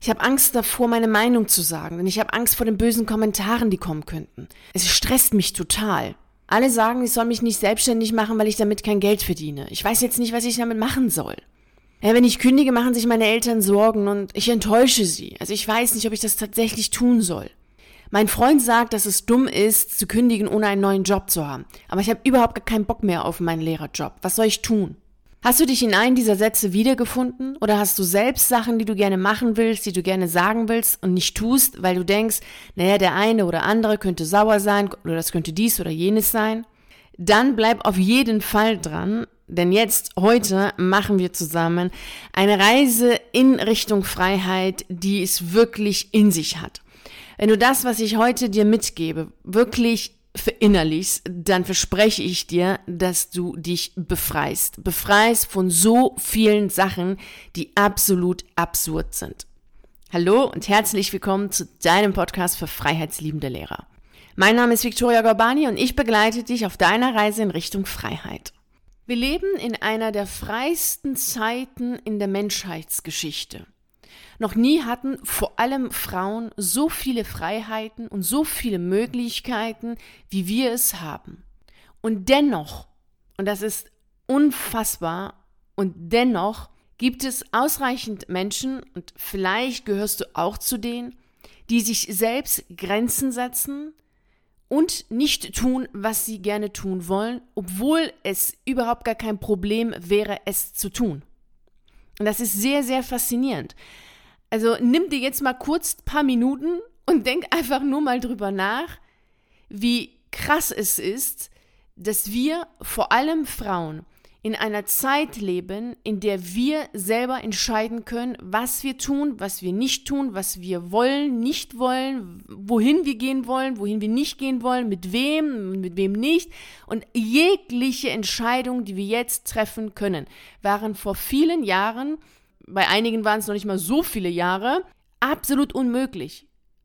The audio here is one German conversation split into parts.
Ich habe Angst davor, meine Meinung zu sagen, denn ich habe Angst vor den bösen Kommentaren, die kommen könnten. Es stresst mich total. Alle sagen, ich soll mich nicht selbstständig machen, weil ich damit kein Geld verdiene. Ich weiß jetzt nicht, was ich damit machen soll. Ja, wenn ich kündige, machen sich meine Eltern Sorgen und ich enttäusche sie. Also ich weiß nicht, ob ich das tatsächlich tun soll. Mein Freund sagt, dass es dumm ist, zu kündigen, ohne einen neuen Job zu haben. Aber ich habe überhaupt gar keinen Bock mehr auf meinen Lehrerjob. Was soll ich tun? Hast du dich in einem dieser Sätze wiedergefunden? Oder hast du selbst Sachen, die du gerne machen willst, die du gerne sagen willst und nicht tust, weil du denkst, naja, der eine oder andere könnte sauer sein oder das könnte dies oder jenes sein? Dann bleib auf jeden Fall dran, denn heute machen wir zusammen eine Reise in Richtung Freiheit, die es wirklich in sich hat. Wenn du das, was ich heute dir mitgebe, wirklich verinnerlichst, dann verspreche ich dir, dass du dich befreist. Befreist von so vielen Sachen, die absolut absurd sind. Hallo und herzlich willkommen zu deinem Podcast für freiheitsliebende Lehrer. Mein Name ist Victoria Gorbani und ich begleite dich auf deiner Reise in Richtung Freiheit. Wir leben in einer der freiesten Zeiten in der Menschheitsgeschichte. Noch nie hatten vor allem Frauen so viele Freiheiten und so viele Möglichkeiten, wie wir es haben. Und dennoch, und das ist unfassbar, und dennoch gibt es ausreichend Menschen, und vielleicht gehörst du auch zu denen, die sich selbst Grenzen setzen und nicht tun, was sie gerne tun wollen, obwohl es überhaupt gar kein Problem wäre, es zu tun. Und das ist sehr, sehr faszinierend. Also nimm dir jetzt mal kurz ein paar Minuten und denk einfach nur mal drüber nach, wie krass es ist, dass wir, vor allem Frauen, in einer Zeit leben, in der wir selber entscheiden können, was wir tun, was wir nicht tun, was wir wollen, nicht wollen, wohin wir gehen wollen, wohin wir nicht gehen wollen, mit wem nicht. Und jegliche Entscheidung, die wir jetzt treffen können, waren vor vielen Jahren, bei einigen waren es noch nicht mal so viele Jahre, absolut unmöglich.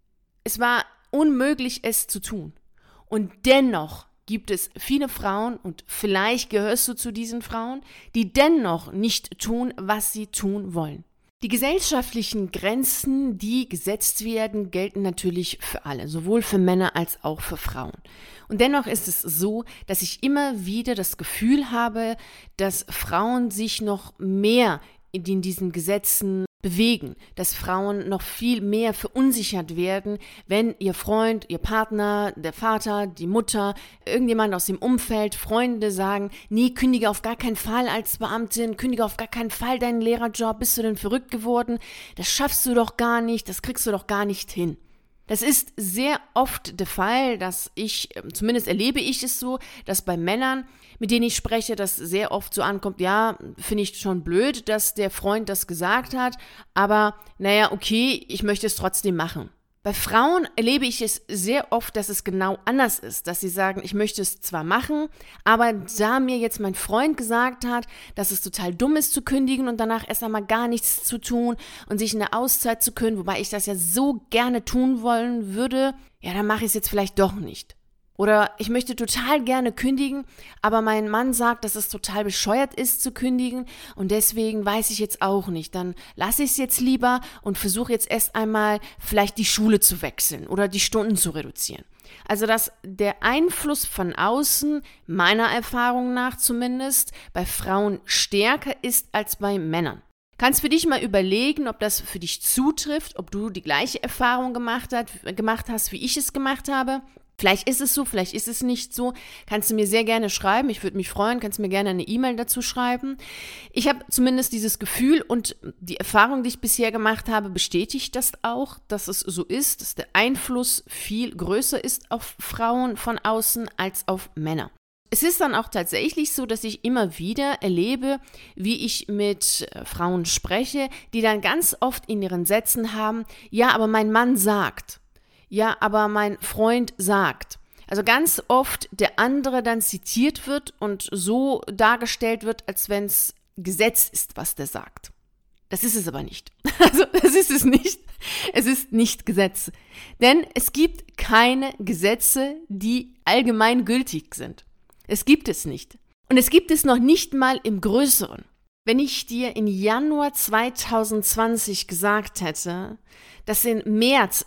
Es war unmöglich, es zu tun. Und dennoch gibt es viele Frauen, und vielleicht gehörst du zu diesen Frauen, die dennoch nicht tun, was sie tun wollen. Die gesellschaftlichen Grenzen, die gesetzt werden, gelten natürlich für alle, sowohl für Männer als auch für Frauen. Und dennoch ist es so, dass ich immer wieder das Gefühl habe, dass Frauen sich noch mehr in diesen Gesetzen bewegen, dass Frauen noch viel mehr verunsichert werden, wenn ihr Freund, ihr Partner, der Vater, die Mutter, irgendjemand aus dem Umfeld, Freunde sagen, nee, kündige auf gar keinen Fall als Beamtin, kündige auf gar keinen Fall deinen Lehrerjob, bist du denn verrückt geworden? Das schaffst du doch gar nicht, das kriegst du doch gar nicht hin. Das ist sehr oft der Fall, dass zumindest erlebe ich es so, dass bei Männern, mit denen ich spreche, das sehr oft so ankommt, ja, finde ich schon blöd, dass der Freund das gesagt hat, aber naja, okay, ich möchte es trotzdem machen. Bei Frauen erlebe ich es sehr oft, dass es genau anders ist, dass sie sagen, ich möchte es zwar machen, aber da mir jetzt mein Freund gesagt hat, dass es total dumm ist zu kündigen und danach erst einmal gar nichts zu tun und sich eine Auszeit zu können, wobei ich das ja so gerne tun wollen würde, ja, dann mache ich es jetzt vielleicht doch nicht. Oder ich möchte total gerne kündigen, aber mein Mann sagt, dass es total bescheuert ist zu kündigen und deswegen weiß ich jetzt auch nicht. Dann lasse ich es jetzt lieber und versuche jetzt erst einmal vielleicht die Schule zu wechseln oder die Stunden zu reduzieren. Also dass der Einfluss von außen, meiner Erfahrung nach zumindest, bei Frauen stärker ist als bei Männern. Kannst für dich mal überlegen, ob das für dich zutrifft, ob du die gleiche Erfahrung gemacht hast, wie ich es gemacht habe. Vielleicht ist es so, vielleicht ist es nicht so. Kannst du mir sehr gerne schreiben. Ich würde mich freuen. Kannst du mir gerne eine E-Mail dazu schreiben. Ich habe zumindest dieses Gefühl und die Erfahrung, die ich bisher gemacht habe, bestätigt das auch, dass es so ist, dass der Einfluss viel größer ist auf Frauen von außen als auf Männer. Es ist dann auch tatsächlich so, dass ich immer wieder erlebe, wie ich mit Frauen spreche, die dann ganz oft in ihren Sätzen haben, ja, aber mein Mann sagt. Ja, aber mein Freund sagt. Also ganz oft der andere dann zitiert wird und so dargestellt wird, als wenn es Gesetz ist, was der sagt. Das ist es aber nicht. Also das ist es nicht. Es ist nicht Gesetz. Denn es gibt keine Gesetze, die allgemein gültig sind. Es gibt es nicht. Und es gibt es noch nicht mal im Größeren. Wenn ich dir im Januar 2020 gesagt hätte, dass in März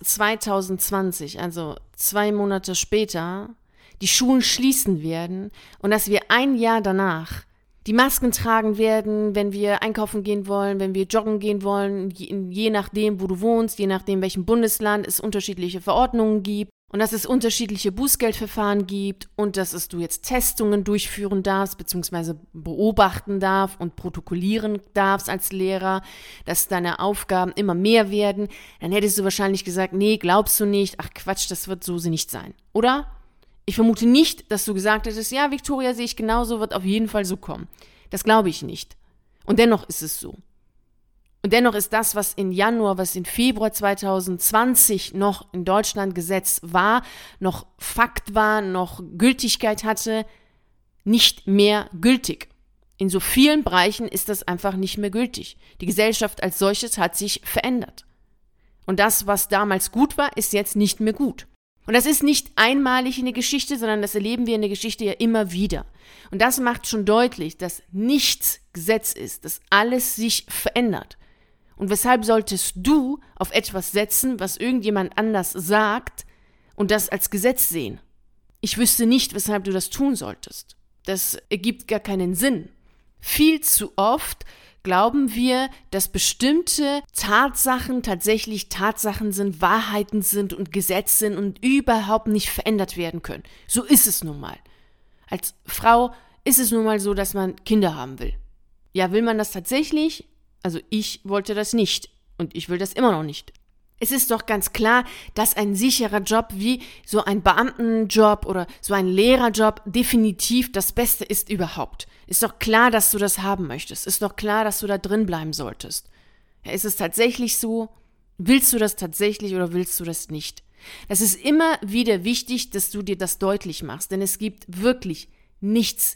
2020, also 2 Monate später, die Schulen schließen werden und dass wir ein Jahr danach die Masken tragen werden, wenn wir einkaufen gehen wollen, wenn wir joggen gehen wollen, je nachdem, wo du wohnst, je nachdem, welchem Bundesland es unterschiedliche Verordnungen gibt und dass es unterschiedliche Bußgeldverfahren gibt und dass du jetzt Testungen durchführen darfst, beziehungsweise beobachten darfst und protokollieren darfst als Lehrer, dass deine Aufgaben immer mehr werden, dann hättest du wahrscheinlich gesagt, nee, glaubst du nicht, ach Quatsch, das wird so nicht sein, oder? Ich vermute nicht, dass du gesagt hättest, ja, Victoria, sehe ich genauso, wird auf jeden Fall so kommen. Das glaube ich nicht. Und dennoch ist es so. Und dennoch ist das, was in Januar, was in Februar 2020 noch in Deutschland Gesetz war, noch Fakt war, noch Gültigkeit hatte, nicht mehr gültig. In so vielen Bereichen ist das einfach nicht mehr gültig. Die Gesellschaft als solches hat sich verändert. Und das, was damals gut war, ist jetzt nicht mehr gut. Und das ist nicht einmalig in der Geschichte, sondern das erleben wir in der Geschichte ja immer wieder. Und das macht schon deutlich, dass nichts Gesetz ist, dass alles sich verändert. Und weshalb solltest du auf etwas setzen, was irgendjemand anders sagt und das als Gesetz sehen? Ich wüsste nicht, weshalb du das tun solltest. Das ergibt gar keinen Sinn. Viel zu oft glauben wir, dass bestimmte Tatsachen tatsächlich Tatsachen sind, Wahrheiten sind und Gesetze sind und überhaupt nicht verändert werden können. So ist es nun mal. Als Frau ist es nun mal so, dass man Kinder haben will. Ja, will man das tatsächlich? Also ich wollte das nicht und ich will das immer noch nicht. Es ist doch ganz klar, dass ein sicherer Job wie so ein Beamtenjob oder so ein Lehrerjob definitiv das Beste ist überhaupt. Ist doch klar, dass du das haben möchtest. Ist doch klar, dass du da drin bleiben solltest. Ja, ist es tatsächlich so? Willst du das tatsächlich oder willst du das nicht? Das ist immer wieder wichtig, dass du dir das deutlich machst, denn es gibt wirklich nichts,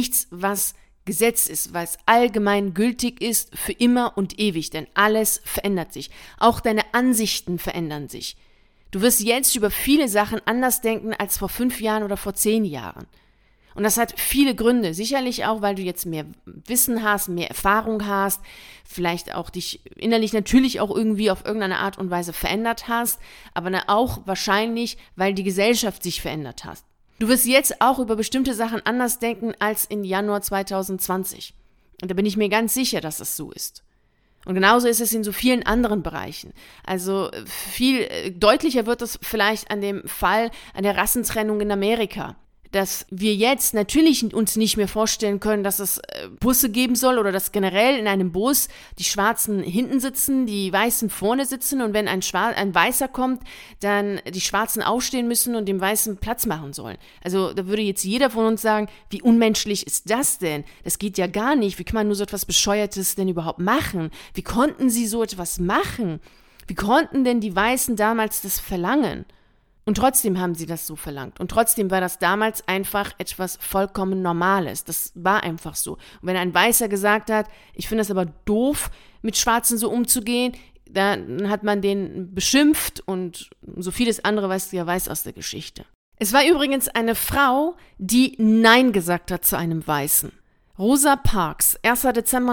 was Gesetz ist, weil es allgemein gültig ist für immer und ewig, denn alles verändert sich. Auch deine Ansichten verändern sich. Du wirst jetzt über viele Sachen anders denken als vor 5 Jahren oder vor 10 Jahren. Und das hat viele Gründe. Sicherlich auch, weil du jetzt mehr Wissen hast, mehr Erfahrung hast, vielleicht auch dich innerlich natürlich auch irgendwie auf irgendeine Art und Weise verändert hast, aber auch wahrscheinlich, weil die Gesellschaft sich verändert hat. Du wirst jetzt auch über bestimmte Sachen anders denken als im Januar 2020. Und da bin ich mir ganz sicher, dass das so ist. Und genauso ist es in so vielen anderen Bereichen. Also viel deutlicher wird es vielleicht an dem Fall, an der Rassentrennung in Amerika. Dass wir jetzt natürlich uns nicht mehr vorstellen können, dass es Busse geben soll oder dass generell in einem Bus die Schwarzen hinten sitzen, die Weißen vorne sitzen und wenn ein Weißer kommt, dann die Schwarzen aufstehen müssen und dem Weißen Platz machen sollen. Also da würde jetzt jeder von uns sagen, wie unmenschlich ist das denn? Das geht ja gar nicht. Wie kann man nur so etwas Bescheuertes denn überhaupt machen? Wie konnten sie so etwas machen? Wie konnten denn die Weißen damals das verlangen? Und trotzdem haben sie das so verlangt. Und trotzdem war das damals einfach etwas vollkommen Normales. Das war einfach so. Und wenn ein Weißer gesagt hat, ich finde es aber doof, mit Schwarzen so umzugehen, dann hat man den beschimpft und so vieles andere, weißt du ja, weiß aus der Geschichte. Es war übrigens eine Frau, die Nein gesagt hat zu einem Weißen. Rosa Parks, 1. Dezember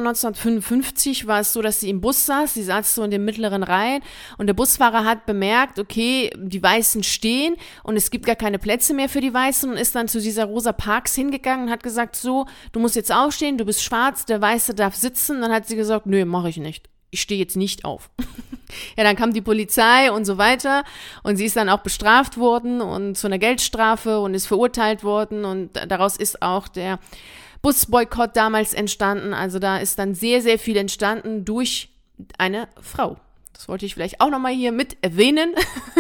1955 war es so, dass sie im Bus saß, sie saß so in den mittleren Reihen und der Busfahrer hat bemerkt, okay, die Weißen stehen und es gibt gar keine Plätze mehr für die Weißen und ist dann zu dieser Rosa Parks hingegangen und hat gesagt, so, du musst jetzt aufstehen, du bist schwarz, der Weiße darf sitzen. Und dann hat sie gesagt, nö, mache ich nicht. Ich stehe jetzt nicht auf. Ja, dann kam die Polizei und so weiter und sie ist dann auch bestraft worden und zu einer Geldstrafe und ist verurteilt worden und daraus ist auch der Busboykott damals entstanden. Also da ist dann sehr, sehr viel entstanden durch eine Frau. Das wollte ich vielleicht auch nochmal hier mit erwähnen.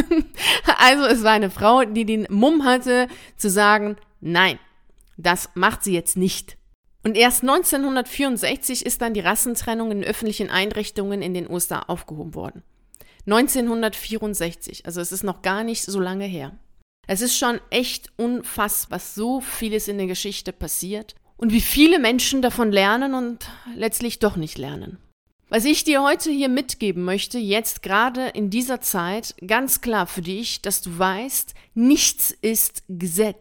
Also es war eine Frau, die den Mumm hatte zu sagen, nein, das macht sie jetzt nicht. Und erst 1964 ist dann die Rassentrennung in öffentlichen Einrichtungen in den USA aufgehoben worden. 1964, also es ist noch gar nicht so lange her. Es ist schon echt unfassbar, was so vieles in der Geschichte passiert. Und wie viele Menschen davon lernen und letztlich doch nicht lernen. Was ich dir heute hier mitgeben möchte, jetzt gerade in dieser Zeit, ganz klar für dich, dass du weißt, nichts ist Gesetz.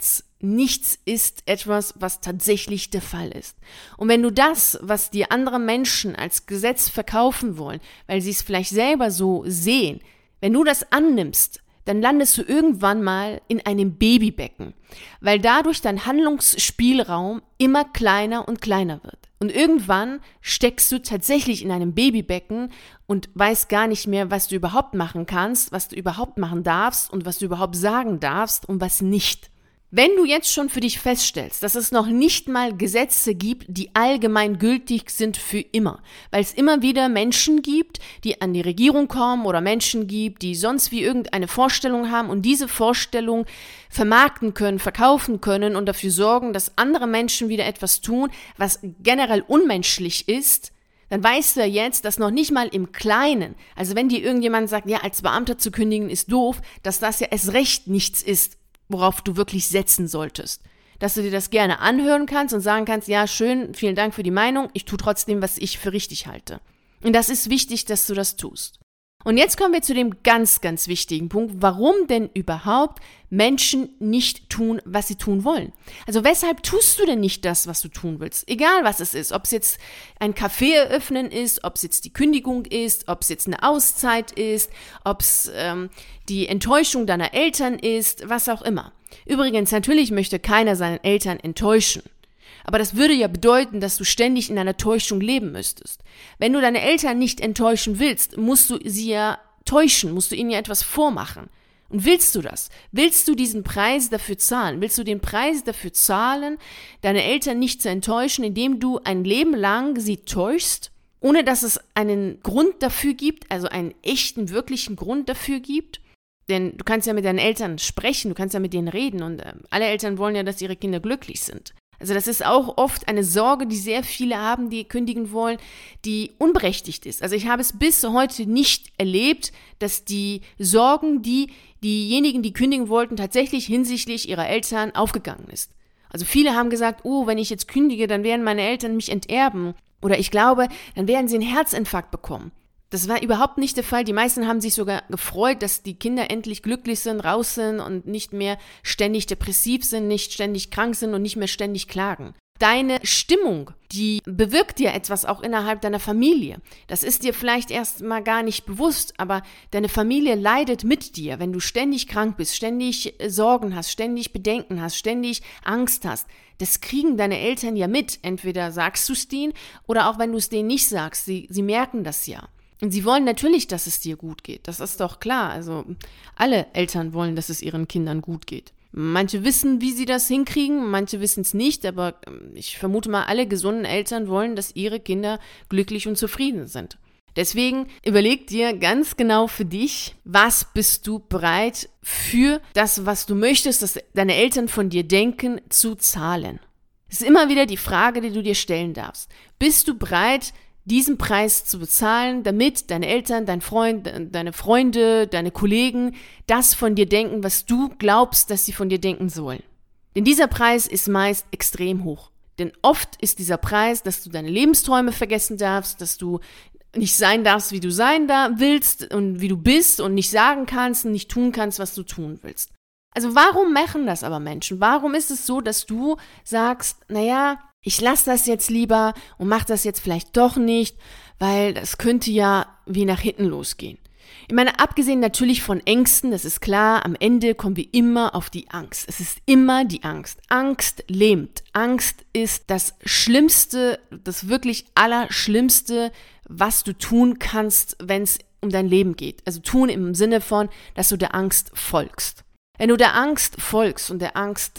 nichts ist etwas, was tatsächlich der Fall ist. Und wenn du das, was dir andere Menschen als Gesetz verkaufen wollen, weil sie es vielleicht selber so sehen, wenn du das annimmst, dann landest du irgendwann mal in einem Babybecken, weil dadurch dein Handlungsspielraum immer kleiner und kleiner wird. Und irgendwann steckst du tatsächlich in einem Babybecken und weißt gar nicht mehr, was du überhaupt machen kannst, was du überhaupt machen darfst und was du überhaupt sagen darfst und was nicht. Wenn du jetzt schon für dich feststellst, dass es noch nicht mal Gesetze gibt, die allgemein gültig sind für immer, weil es immer wieder Menschen gibt, die an die Regierung kommen oder Menschen gibt, die sonst wie irgendeine Vorstellung haben und diese Vorstellung vermarkten können, verkaufen können und dafür sorgen, dass andere Menschen wieder etwas tun, was generell unmenschlich ist, dann weißt du ja jetzt, dass noch nicht mal im Kleinen, also wenn dir irgendjemand sagt, ja, als Beamter zu kündigen ist doof, dass das ja erst recht nichts ist, worauf du wirklich setzen solltest. Dass du dir das gerne anhören kannst und sagen kannst, ja, schön, vielen Dank für die Meinung, ich tue trotzdem, was ich für richtig halte. Und das ist wichtig, dass du das tust. Und jetzt kommen wir zu dem ganz, ganz wichtigen Punkt, warum denn überhaupt Menschen nicht tun, was sie tun wollen. Also weshalb tust du denn nicht das, was du tun willst? Egal, was es ist, ob es jetzt ein Café eröffnen ist, ob es jetzt die Kündigung ist, ob es jetzt eine Auszeit ist, ob es die Enttäuschung deiner Eltern ist, was auch immer. Übrigens, natürlich möchte keiner seinen Eltern enttäuschen. Aber das würde ja bedeuten, dass du ständig in einer Täuschung leben müsstest. Wenn du deine Eltern nicht enttäuschen willst, musst du sie ja täuschen, musst du ihnen ja etwas vormachen. Und willst du das? Willst du diesen Preis dafür zahlen? Willst du den Preis dafür zahlen, deine Eltern nicht zu enttäuschen, indem du ein Leben lang sie täuschst, ohne dass es einen Grund dafür gibt, also einen echten, wirklichen Grund dafür gibt? Denn du kannst ja mit deinen Eltern sprechen, du kannst ja mit denen reden und alle Eltern wollen ja, dass ihre Kinder glücklich sind. Also das ist auch oft eine Sorge, die sehr viele haben, die kündigen wollen, die unberechtigt ist. Also ich habe es bis heute nicht erlebt, dass die Sorgen, die diejenigen, die kündigen wollten, tatsächlich hinsichtlich ihrer Eltern aufgegangen ist. Also viele haben gesagt, oh, wenn ich jetzt kündige, dann werden meine Eltern mich enterben. Oder ich glaube, dann werden sie einen Herzinfarkt bekommen. Das war überhaupt nicht der Fall. Die meisten haben sich sogar gefreut, dass die Kinder endlich glücklich sind, raus sind und nicht mehr ständig depressiv sind, nicht ständig krank sind und nicht mehr ständig klagen. Deine Stimmung, die bewirkt dir etwas auch innerhalb deiner Familie. Das ist dir vielleicht erst mal gar nicht bewusst, aber deine Familie leidet mit dir, wenn du ständig krank bist, ständig Sorgen hast, ständig Bedenken hast, ständig Angst hast. Das kriegen deine Eltern ja mit. Entweder sagst du es denen oder auch wenn du es denen nicht sagst, sie merken das ja. Und sie wollen natürlich, dass es dir gut geht. Das ist doch klar. Also alle Eltern wollen, dass es ihren Kindern gut geht. Manche wissen, wie sie das hinkriegen, manche wissen es nicht, aber ich vermute mal, alle gesunden Eltern wollen, dass ihre Kinder glücklich und zufrieden sind. Deswegen überleg dir ganz genau für dich, was bist du bereit für das, was du möchtest, dass deine Eltern von dir denken, zu zahlen. Es ist immer wieder die Frage, die du dir stellen darfst. Bist du bereit, diesen Preis zu bezahlen, damit deine Eltern, dein Freund, deine Freunde, deine Kollegen das von dir denken, was du glaubst, dass sie von dir denken sollen. Denn dieser Preis ist meist extrem hoch. Denn oft ist dieser Preis, dass du deine Lebensträume vergessen darfst, dass du nicht sein darfst, wie du sein willst und wie du bist und nicht sagen kannst und nicht tun kannst, was du tun willst. Also warum machen das aber Menschen? Warum ist es so, dass du sagst, naja, ich lasse das jetzt lieber und mache das jetzt vielleicht doch nicht, weil das könnte ja wie nach hinten losgehen. Ich meine, abgesehen natürlich von Ängsten, das ist klar, am Ende kommen wir immer auf die Angst. Es ist immer die Angst. Angst lähmt. Angst ist das Schlimmste, das wirklich Allerschlimmste, was du tun kannst, wenn es um dein Leben geht. Also tun im Sinne von, dass du der Angst folgst. Wenn du der Angst folgst und der Angst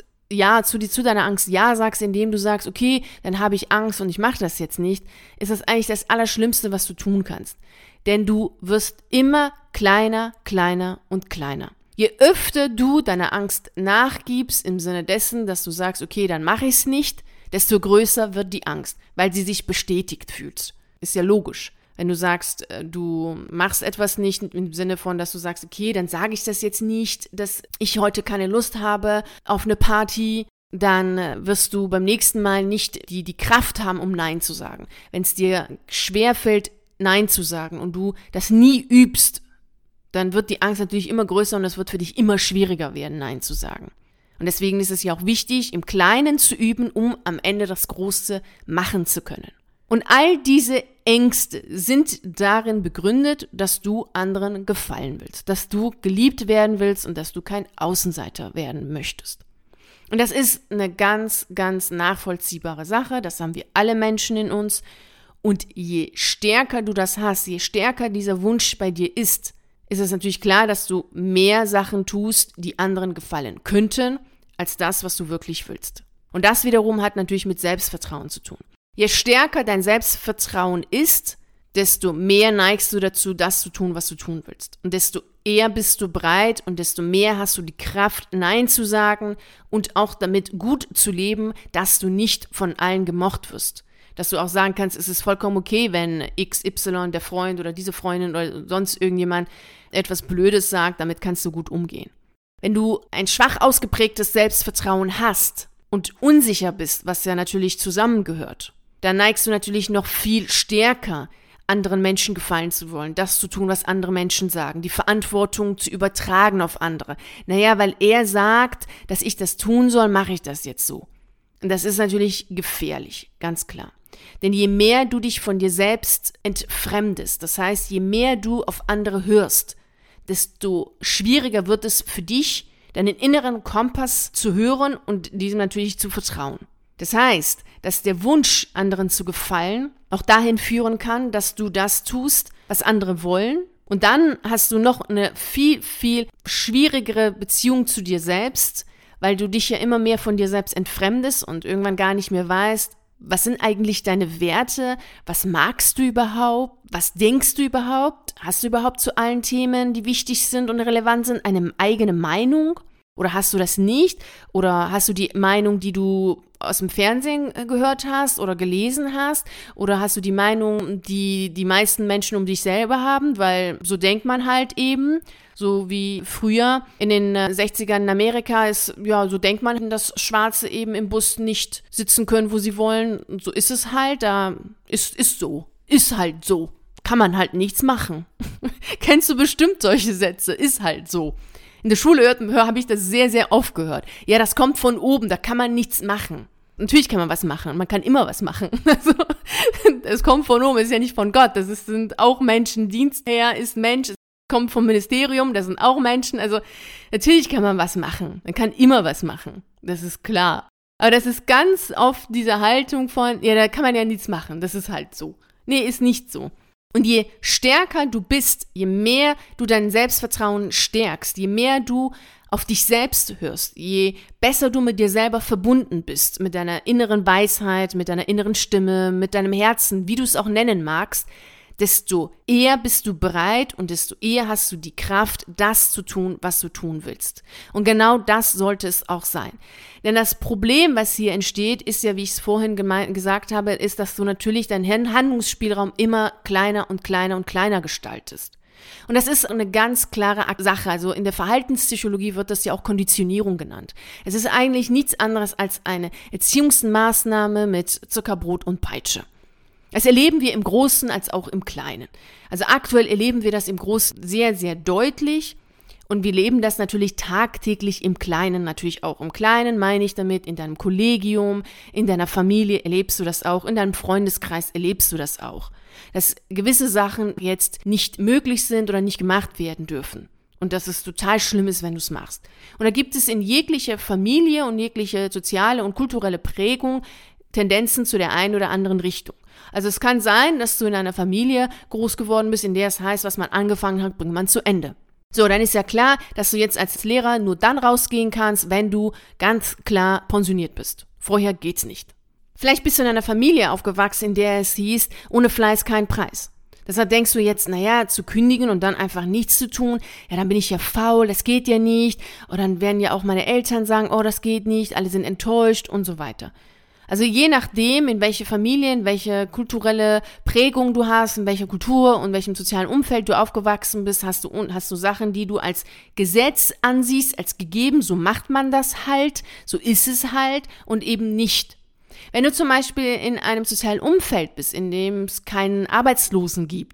zu deiner Angst Ja sagst, indem du sagst, okay, dann habe ich Angst und ich mache das jetzt nicht, ist das eigentlich das Allerschlimmste, was du tun kannst. Denn du wirst immer kleiner, kleiner und kleiner. Je öfter du deiner Angst nachgibst, im Sinne dessen, dass du sagst, okay, dann mache ich es nicht, desto größer wird die Angst, weil sie sich bestätigt fühlt. Ist ja logisch. Wenn du sagst, du machst etwas nicht im Sinne von, dass du sagst, okay, dann sage ich das jetzt nicht, dass ich heute keine Lust habe auf eine Party, dann wirst du beim nächsten Mal nicht die Kraft haben, um Nein zu sagen. Wenn es dir schwerfällt, Nein zu sagen und du das nie übst, dann wird die Angst natürlich immer größer und es wird für dich immer schwieriger werden, Nein zu sagen. Und deswegen ist es ja auch wichtig, im Kleinen zu üben, um am Ende das Große machen zu können. Und all diese Ängste sind darin begründet, dass du anderen gefallen willst, dass du geliebt werden willst und dass du kein Außenseiter werden möchtest. Und das ist eine ganz, ganz nachvollziehbare Sache. Das haben wir alle Menschen in uns. Und je stärker du das hast, je stärker dieser Wunsch bei dir ist es natürlich klar, dass du mehr Sachen tust, die anderen gefallen könnten, als das, was du wirklich willst. Und das wiederum hat natürlich mit Selbstvertrauen zu tun. Je stärker dein Selbstvertrauen ist, desto mehr neigst du dazu, das zu tun, was du tun willst. Und desto eher bist du bereit und desto mehr hast du die Kraft, Nein zu sagen und auch damit gut zu leben, dass du nicht von allen gemocht wirst. Dass du auch sagen kannst, es ist vollkommen okay, wenn XY, der Freund oder diese Freundin oder sonst irgendjemand etwas Blödes sagt, damit kannst du gut umgehen. Wenn du ein schwach ausgeprägtes Selbstvertrauen hast und unsicher bist, was ja natürlich zusammengehört, dann neigst du natürlich noch viel stärker, anderen Menschen gefallen zu wollen, das zu tun, was andere Menschen sagen, die Verantwortung zu übertragen auf andere. Naja, weil er sagt, dass ich das tun soll, mache ich das jetzt so. Und das ist natürlich gefährlich, ganz klar. Denn je mehr du dich von dir selbst entfremdest, das heißt, je mehr du auf andere hörst, desto schwieriger wird es für dich, deinen inneren Kompass zu hören und diesem natürlich zu vertrauen. Das heißt, dass der Wunsch, anderen zu gefallen, auch dahin führen kann, dass du das tust, was andere wollen. Und dann hast du noch eine viel, viel schwierigere Beziehung zu dir selbst, weil du dich ja immer mehr von dir selbst entfremdest und irgendwann gar nicht mehr weißt, was sind eigentlich deine Werte? Was magst du überhaupt? Was denkst du überhaupt? Hast du überhaupt zu allen Themen, die wichtig sind und relevant sind, eine eigene Meinung? Oder hast du das nicht? Oder hast du die Meinung, die du aus dem Fernsehen gehört hast oder gelesen hast? Oder hast du die Meinung, die die meisten Menschen um dich selber haben? Weil so denkt man halt eben. So wie früher in den 60ern in Amerika ist, ja, so denkt man, dass Schwarze eben im Bus nicht sitzen können, wo sie wollen. Und so ist es halt, da ist so. Ist halt so. Kann man halt nichts machen. Kennst du bestimmt solche Sätze? Ist halt so. In der Schule habe ich das sehr, sehr oft gehört. Ja, das kommt von oben, da kann man nichts machen. Natürlich kann man was machen, man kann immer was machen. Also, es kommt von oben, ist ja nicht von Gott. Sind auch Menschen, Dienstherr ist Mensch, es kommt vom Ministerium, das sind auch Menschen. Also natürlich kann man was machen, man kann immer was machen, das ist klar. Aber das ist ganz oft diese Haltung von, ja, da kann man ja nichts machen, das ist halt so. Nee, ist nicht so. Und je stärker du bist, je mehr du dein Selbstvertrauen stärkst, je mehr du auf dich selbst hörst, je besser du mit dir selber verbunden bist, mit deiner inneren Weisheit, mit deiner inneren Stimme, mit deinem Herzen, wie du es auch nennen magst, desto eher bist du bereit und desto eher hast du die Kraft, das zu tun, was du tun willst. Und genau das sollte es auch sein. Denn das Problem, was hier entsteht, ist ja, wie ich es vorhin gesagt habe, ist, dass du natürlich deinen Handlungsspielraum immer kleiner und kleiner und kleiner gestaltest. Und das ist eine ganz klare Sache. Also in der Verhaltenspsychologie wird das ja auch Konditionierung genannt. Es ist eigentlich nichts anderes als eine Erziehungsmaßnahme mit Zuckerbrot und Peitsche. Das erleben wir im Großen als auch im Kleinen. Also aktuell erleben wir das im Großen sehr, sehr deutlich und wir leben das natürlich tagtäglich im Kleinen, natürlich auch im Kleinen, meine ich damit, in deinem Kollegium, in deiner Familie erlebst du das auch, in deinem Freundeskreis erlebst du das auch, dass gewisse Sachen jetzt nicht möglich sind oder nicht gemacht werden dürfen. Und dass es total schlimm ist, wenn du es machst. Und da gibt es in jeglicher Familie und jegliche soziale und kulturelle Prägung Tendenzen zu der einen oder anderen Richtung. Also es kann sein, dass du in einer Familie groß geworden bist, in der es heißt, was man angefangen hat, bringt man zu Ende. So, dann ist ja klar, dass du jetzt als Lehrer nur dann rausgehen kannst, wenn du ganz klar pensioniert bist. Vorher geht's nicht. Vielleicht bist du in einer Familie aufgewachsen, in der es hieß, ohne Fleiß kein Preis. Deshalb denkst du jetzt, naja, zu kündigen und dann einfach nichts zu tun, ja, dann bin ich ja faul, das geht ja nicht. Oder dann werden ja auch meine Eltern sagen, oh, das geht nicht, alle sind enttäuscht und so weiter. Also je nachdem, in welche Familie, in welche kulturelle Prägung du hast, in welcher Kultur und welchem sozialen Umfeld du aufgewachsen bist, hast du Sachen, die du als Gesetz ansiehst, als gegeben, so macht man das halt, so ist es halt und eben nicht. Wenn du zum Beispiel in einem sozialen Umfeld bist, in dem es keinen Arbeitslosen gibt,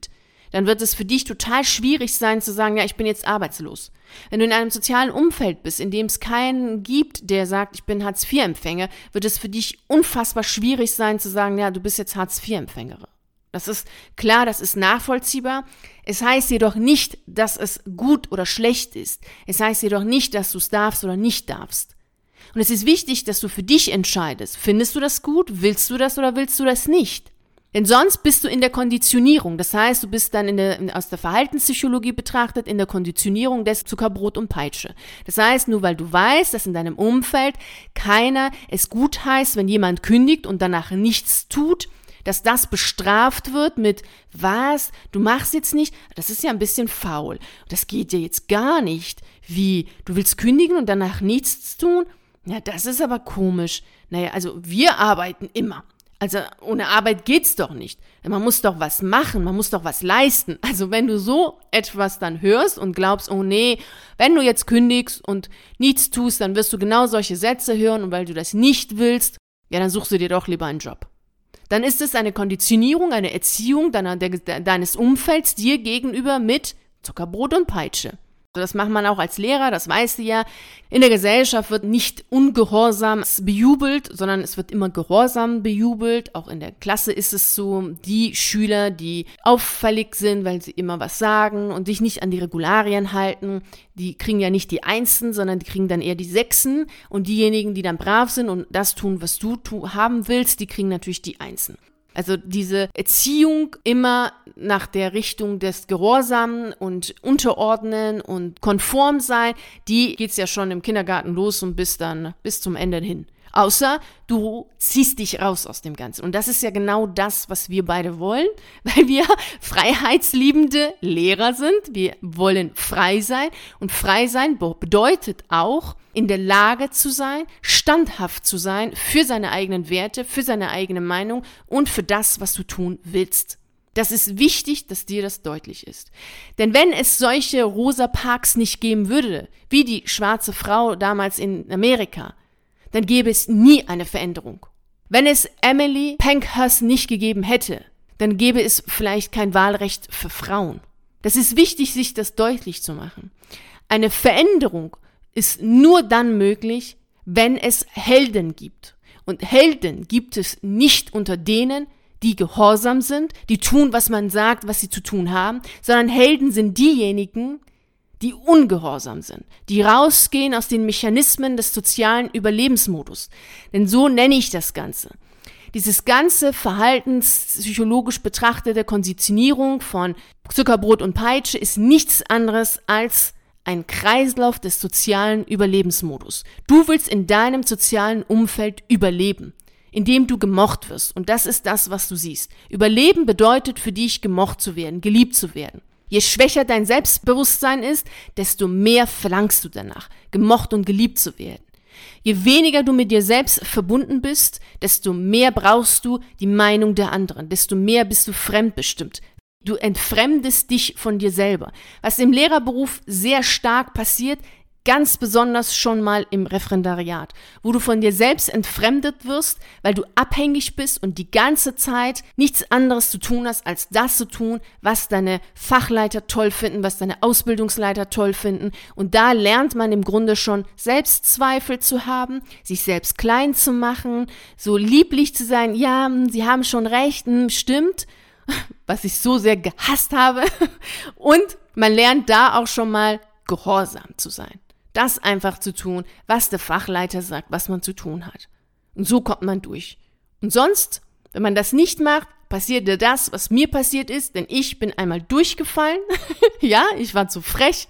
dann wird es für dich total schwierig sein zu sagen, ja, ich bin jetzt arbeitslos. Wenn du in einem sozialen Umfeld bist, in dem es keinen gibt, der sagt, ich bin Hartz-IV-Empfänger, wird es für dich unfassbar schwierig sein zu sagen, ja, du bist jetzt Hartz-IV-Empfängerin. Das ist klar, das ist nachvollziehbar. Es heißt jedoch nicht, dass es gut oder schlecht ist. Es heißt jedoch nicht, dass du es darfst oder nicht darfst. Und es ist wichtig, dass du für dich entscheidest. Findest du das gut? Willst du das oder willst du das nicht? Denn sonst bist du in der Konditionierung. Das heißt, du bist dann aus der Verhaltenspsychologie betrachtet in der Konditionierung des Zuckerbrot und Peitsche. Das heißt, nur weil du weißt, dass in deinem Umfeld keiner es gut heißt, wenn jemand kündigt und danach nichts tut, dass das bestraft wird mit, was, du machst jetzt nicht, das ist ja ein bisschen faul. Das geht ja jetzt gar nicht. Wie, du willst kündigen und danach nichts tun? Ja, das ist aber komisch. Naja, also wir arbeiten immer. Also ohne Arbeit geht's doch nicht. Man muss doch was machen, man muss doch was leisten. Also wenn du so etwas dann hörst und glaubst, oh nee, wenn du jetzt kündigst und nichts tust, dann wirst du genau solche Sätze hören und weil du das nicht willst, ja, dann suchst du dir doch lieber einen Job. Dann ist es eine Konditionierung, eine Erziehung deines Umfelds dir gegenüber mit Zuckerbrot und Peitsche. Das macht man auch als Lehrer, das weißt du ja. In der Gesellschaft wird nicht ungehorsam bejubelt, sondern es wird immer gehorsam bejubelt. Auch in der Klasse ist es so, die Schüler, die auffällig sind, weil sie immer was sagen und sich nicht an die Regularien halten, die kriegen ja nicht die Einsen, sondern die kriegen dann eher die Sechsen. Und diejenigen, die dann brav sind und das tun, was du haben willst, die kriegen natürlich die Einsen. Also diese Erziehung immer nach der Richtung des Gehorsamen und Unterordnen und konform sein, die geht's ja schon im Kindergarten los und bis zum Ende hin. Außer du ziehst dich raus aus dem Ganzen. Und das ist ja genau das, was wir beide wollen, weil wir freiheitsliebende Lehrer sind. Wir wollen frei sein. Und frei sein bedeutet auch, in der Lage zu sein, standhaft zu sein für seine eigenen Werte, für seine eigene Meinung und für das, was du tun willst. Das ist wichtig, dass dir das deutlich ist. Denn wenn es solche Rosa Parks nicht geben würde, wie die schwarze Frau damals in Amerika, dann gäbe es nie eine Veränderung. Wenn es Emily Pankhurst nicht gegeben hätte, dann gäbe es vielleicht kein Wahlrecht für Frauen. Das ist wichtig, sich das deutlich zu machen. Eine Veränderung ist nur dann möglich, wenn es Helden gibt. Und Helden gibt es nicht unter denen, die gehorsam sind, die tun, was man sagt, was sie zu tun haben, sondern Helden sind diejenigen, die ungehorsam sind, die rausgehen aus den Mechanismen des sozialen Überlebensmodus. Denn so nenne ich das Ganze. Dieses ganze verhaltenspsychologisch betrachtete Konditionierung von Zuckerbrot und Peitsche ist nichts anderes als ein Kreislauf des sozialen Überlebensmodus. Du willst in deinem sozialen Umfeld überleben, indem du gemocht wirst. Und das ist das, was du siehst. Überleben bedeutet für dich, gemocht zu werden, geliebt zu werden. Je schwächer dein Selbstbewusstsein ist, desto mehr verlangst du danach, gemocht und geliebt zu werden. Je weniger du mit dir selbst verbunden bist, desto mehr brauchst du die Meinung der anderen, desto mehr bist du fremdbestimmt. Du entfremdest dich von dir selber. Was im Lehrerberuf sehr stark passiert, ganz besonders schon mal im Referendariat, wo du von dir selbst entfremdet wirst, weil du abhängig bist und die ganze Zeit nichts anderes zu tun hast, als das zu tun, was deine Fachleiter toll finden, was deine Ausbildungsleiter toll finden. Und da lernt man im Grunde schon Selbstzweifel zu haben, sich selbst klein zu machen, so lieblich zu sein, ja, sie haben schon recht, stimmt, was ich so sehr gehasst habe. Und man lernt da auch schon mal gehorsam zu sein. Das einfach zu tun, was der Fachleiter sagt, was man zu tun hat. Und so kommt man durch. Und sonst, wenn man das nicht macht, passiert dir das, was mir passiert ist, denn ich bin einmal durchgefallen. Ja, ich war zu frech.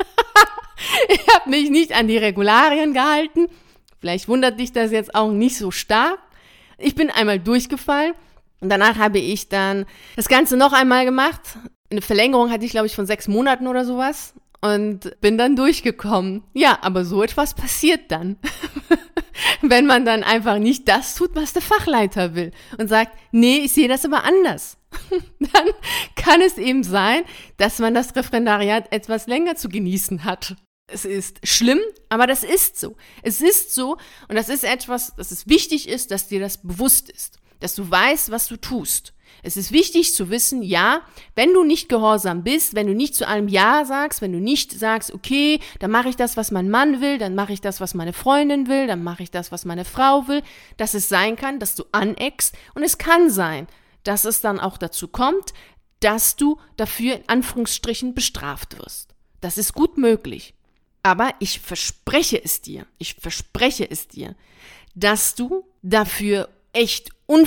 Ich habe mich nicht an die Regularien gehalten. Vielleicht wundert dich das jetzt auch nicht so stark. Ich bin einmal durchgefallen und danach habe ich dann das Ganze noch einmal gemacht. Eine Verlängerung hatte ich, glaube ich, von 6 Monaten oder sowas. Und bin dann durchgekommen. Ja, aber so etwas passiert dann. Wenn man dann einfach nicht das tut, was der Fachleiter will. Und sagt, nee, ich sehe das aber anders. Dann kann es eben sein, dass man das Referendariat etwas länger zu genießen hat. Es ist schlimm, aber das ist so. Es ist so und das ist etwas, dass es wichtig ist, dass dir das bewusst ist. Dass du weißt, was du tust. Es ist wichtig zu wissen, ja, wenn du nicht gehorsam bist, wenn du nicht zu allem Ja sagst, wenn du nicht sagst, okay, dann mache ich das, was mein Mann will, dann mache ich das, was meine Freundin will, dann mache ich das, was meine Frau will, dass es sein kann, dass du aneckst und es kann sein, dass es dann auch dazu kommt, dass du dafür in Anführungsstrichen bestraft wirst. Das ist gut möglich. Aber ich verspreche es dir, dass du dafür echt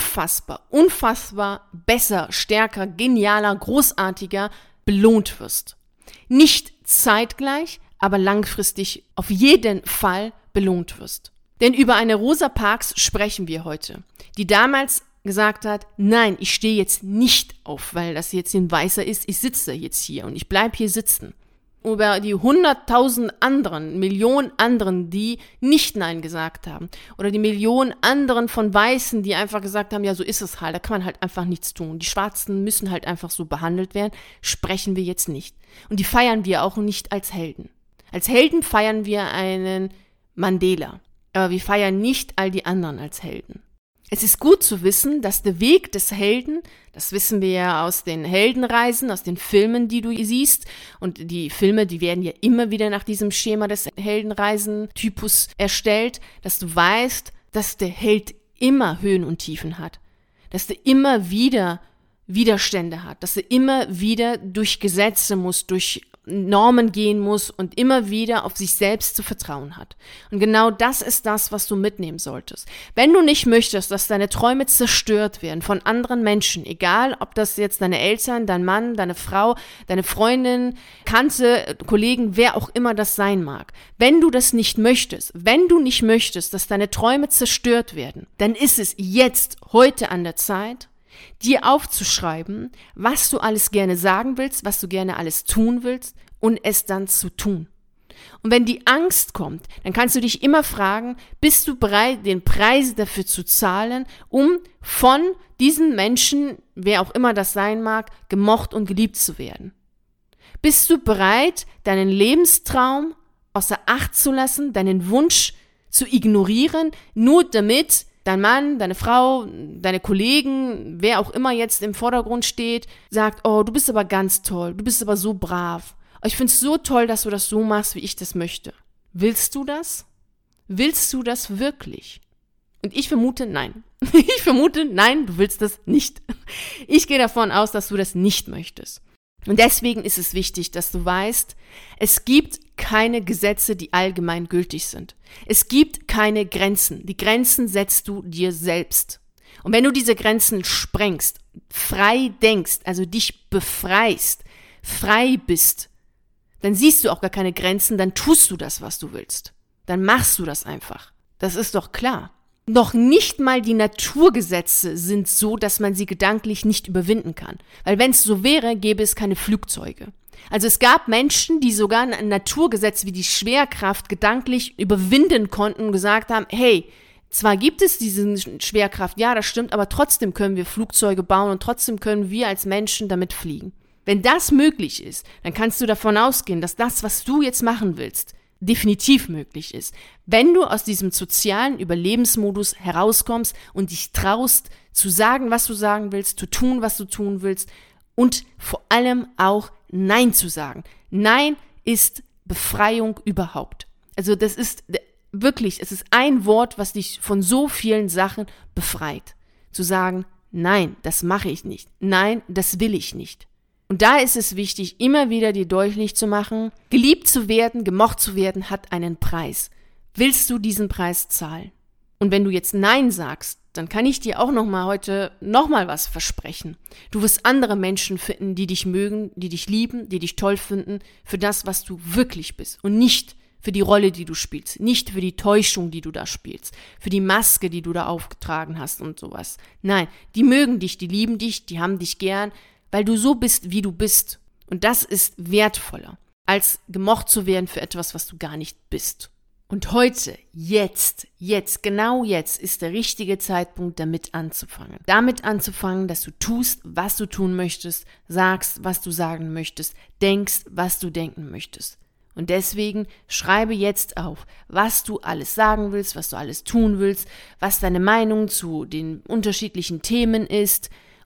unfassbar besser, stärker, genialer, großartiger belohnt wirst. Nicht zeitgleich, aber langfristig auf jeden Fall belohnt wirst. Denn über eine Rosa Parks sprechen wir heute, die damals gesagt hat, nein, ich stehe jetzt nicht auf, weil das jetzt ein Weißer ist, ich sitze jetzt hier und ich bleibe hier sitzen. Über die 100.000 anderen, Millionen anderen, die nicht Nein gesagt haben. Oder die Millionen anderen von Weißen, die einfach gesagt haben, ja, so ist es halt, da kann man halt einfach nichts tun. Die Schwarzen müssen halt einfach so behandelt werden, sprechen wir jetzt nicht. Und die feiern wir auch nicht als Helden. Als Helden feiern wir einen Mandela. Aber wir feiern nicht all die anderen als Helden. Es ist gut zu wissen, dass der Weg des Helden, das wissen wir ja aus den Heldenreisen, aus den Filmen, die du siehst, und die Filme, die werden ja immer wieder nach diesem Schema des Heldenreisen-Typus erstellt, dass du weißt, dass der Held immer Höhen und Tiefen hat, dass der immer wieder Widerstände hat, dass er immer wieder durch Gesetze muss, durch Normen gehen muss und immer wieder auf sich selbst zu vertrauen hat. Und genau das ist das, was du mitnehmen solltest. Wenn du nicht möchtest, dass deine Träume zerstört werden von anderen Menschen, egal ob das jetzt deine Eltern, dein Mann, deine Frau, deine Freundin, Tante, Kollegen, wer auch immer das sein mag. Wenn du das nicht möchtest, dass deine Träume zerstört werden, dann ist es jetzt, heute an der Zeit, dir aufzuschreiben, was du alles gerne sagen willst, was du gerne alles tun willst und es dann zu tun. Und wenn die Angst kommt, dann kannst du dich immer fragen, bist du bereit, den Preis dafür zu zahlen, um von diesen Menschen, wer auch immer das sein mag, gemocht und geliebt zu werden? Bist du bereit, deinen Lebenstraum außer Acht zu lassen, deinen Wunsch zu ignorieren, nur damit dein Mann, deine Frau, deine Kollegen, wer auch immer jetzt im Vordergrund steht, sagt, oh, du bist aber ganz toll, du bist aber so brav. Ich finde es so toll, dass du das so machst, wie ich das möchte. Willst du das? Willst du das wirklich? Und ich vermute, nein. Nein, du willst das nicht. Ich gehe davon aus, dass du das nicht möchtest. Und deswegen ist es wichtig, dass du weißt, es gibt keine Gesetze, die allgemein gültig sind. Es gibt keine Grenzen. Die Grenzen setzt du dir selbst. Und wenn du diese Grenzen sprengst, frei denkst, also dich befreist, frei bist, dann siehst du auch gar keine Grenzen, dann tust du das, was du willst. Dann machst du das einfach. Das ist doch klar. Noch nicht mal die Naturgesetze sind so, dass man sie gedanklich nicht überwinden kann. Weil wenn es so wäre, gäbe es keine Flugzeuge. Also es gab Menschen, die sogar ein Naturgesetz wie die Schwerkraft gedanklich überwinden konnten und gesagt haben, hey, zwar gibt es diese Schwerkraft, ja, das stimmt, aber trotzdem können wir Flugzeuge bauen und trotzdem können wir als Menschen damit fliegen. Wenn das möglich ist, dann kannst du davon ausgehen, dass das, was du jetzt machen willst, definitiv möglich ist. Wenn du aus diesem sozialen Überlebensmodus herauskommst und dich traust, zu sagen, was du sagen willst, zu tun, was du tun willst und vor allem auch Nein zu sagen. Nein ist Befreiung überhaupt. Also das ist wirklich, es ist ein Wort, was dich von so vielen Sachen befreit. Zu sagen, nein, das mache ich nicht. Nein, das will ich nicht. Und da ist es wichtig, immer wieder dir deutlich zu machen, geliebt zu werden, gemocht zu werden, hat einen Preis. Willst du diesen Preis zahlen? Und wenn du jetzt Nein sagst, dann kann ich dir auch heute nochmal was versprechen. Du wirst andere Menschen finden, die dich mögen, die dich lieben, die dich toll finden, für das, was du wirklich bist und nicht für die Rolle, die du spielst, nicht für die Täuschung, die du da spielst, für die Maske, die du da aufgetragen hast und sowas. Nein, die mögen dich, die lieben dich, die haben dich gern, weil du so bist, wie du bist. Und das ist wertvoller, als gemocht zu werden für etwas, was du gar nicht bist. Und heute, jetzt, genau jetzt ist der richtige Zeitpunkt, damit anzufangen. Damit anzufangen, dass du tust, was du tun möchtest, sagst, was du sagen möchtest, denkst, was du denken möchtest. Und deswegen schreibe jetzt auf, was du alles sagen willst, was du alles tun willst, was deine Meinung zu den unterschiedlichen Themen ist.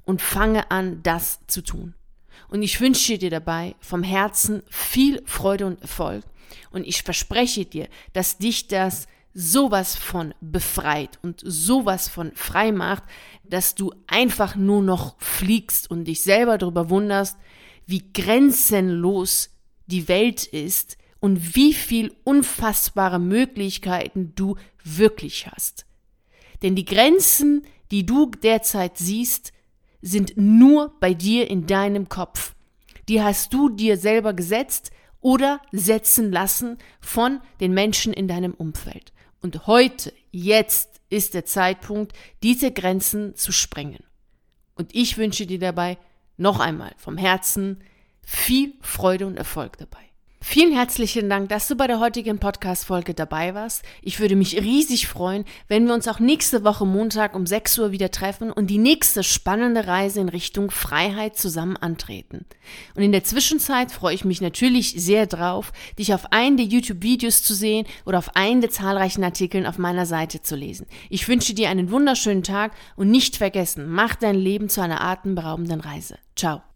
und fange an, das zu tun. Und ich wünsche dir dabei vom Herzen viel Freude und Erfolg. Und ich verspreche dir, dass dich das sowas von befreit und sowas von frei macht, dass du einfach nur noch fliegst und dich selber darüber wunderst, wie grenzenlos die Welt ist und wie viel unfassbare Möglichkeiten du wirklich hast. Denn die Grenzen, die du derzeit siehst, sind nur bei dir in deinem Kopf. Die hast du dir selber gesetzt oder setzen lassen von den Menschen in deinem Umfeld. Und heute, jetzt ist der Zeitpunkt, diese Grenzen zu sprengen. Und ich wünsche dir dabei noch einmal vom Herzen viel Freude und Erfolg dabei. Vielen herzlichen Dank, dass du bei der heutigen Podcast-Folge dabei warst. Ich würde mich riesig freuen, wenn wir uns auch nächste Woche Montag um 6 Uhr wieder treffen und die nächste spannende Reise in Richtung Freiheit zusammen antreten. Und in der Zwischenzeit freue ich mich natürlich sehr drauf, dich auf einen der YouTube-Videos zu sehen oder auf einen der zahlreichen Artikeln auf meiner Seite zu lesen. Ich wünsche dir einen wunderschönen Tag und nicht vergessen, mach dein Leben zu einer atemberaubenden Reise. Ciao.